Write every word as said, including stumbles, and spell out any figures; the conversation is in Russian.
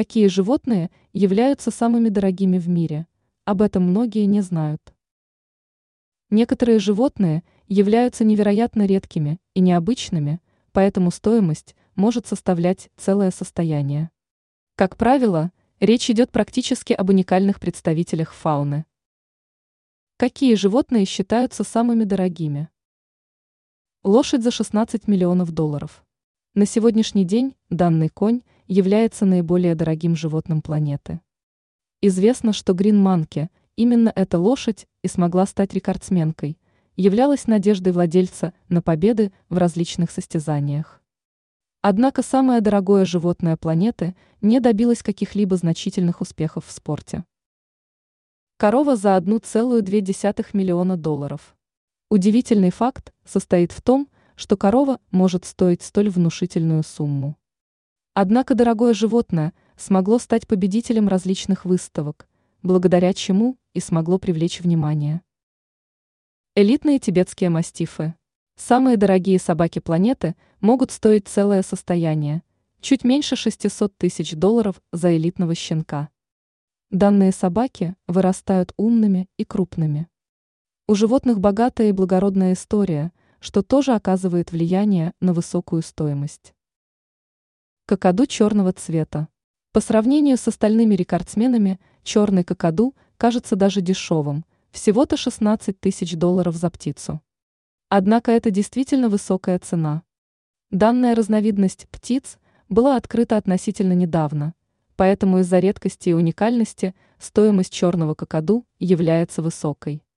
Какие животные являются самыми дорогими в мире? Об этом многие не знают. Некоторые животные являются невероятно редкими и необычными, поэтому стоимость может составлять целое состояние. Как правило, речь идет практически об уникальных представителях фауны. Какие животные считаются самыми дорогими? Лошадь за шестнадцать миллионов долларов. На сегодняшний день данный конь является наиболее дорогим животным планеты. Известно, что Green Monkey, именно эта лошадь и смогла стать рекордсменкой, являлась надеждой владельца на победы в различных состязаниях. Однако самое дорогое животное планеты не добилось каких-либо значительных успехов в спорте. Корова за одна целая две десятых миллиона долларов. Удивительный факт состоит в том, что корова может стоить столь внушительную сумму. Однако дорогое животное смогло стать победителем различных выставок, благодаря чему и смогло привлечь внимание. Элитные тибетские мастифы. Самые дорогие собаки планеты могут стоить целое состояние, чуть меньше шестисот тысяч долларов за элитного щенка. Данные собаки вырастают умными и крупными. У животных богатая и благородная история, что тоже оказывает влияние на высокую стоимость. Какаду черного цвета. По сравнению с остальными рекордсменами, черный какаду кажется даже дешевым, всего-то шестнадцать тысяч долларов за птицу. Однако это действительно высокая цена. Данная разновидность птиц была открыта относительно недавно, поэтому из-за редкости и уникальности стоимость черного какаду является высокой.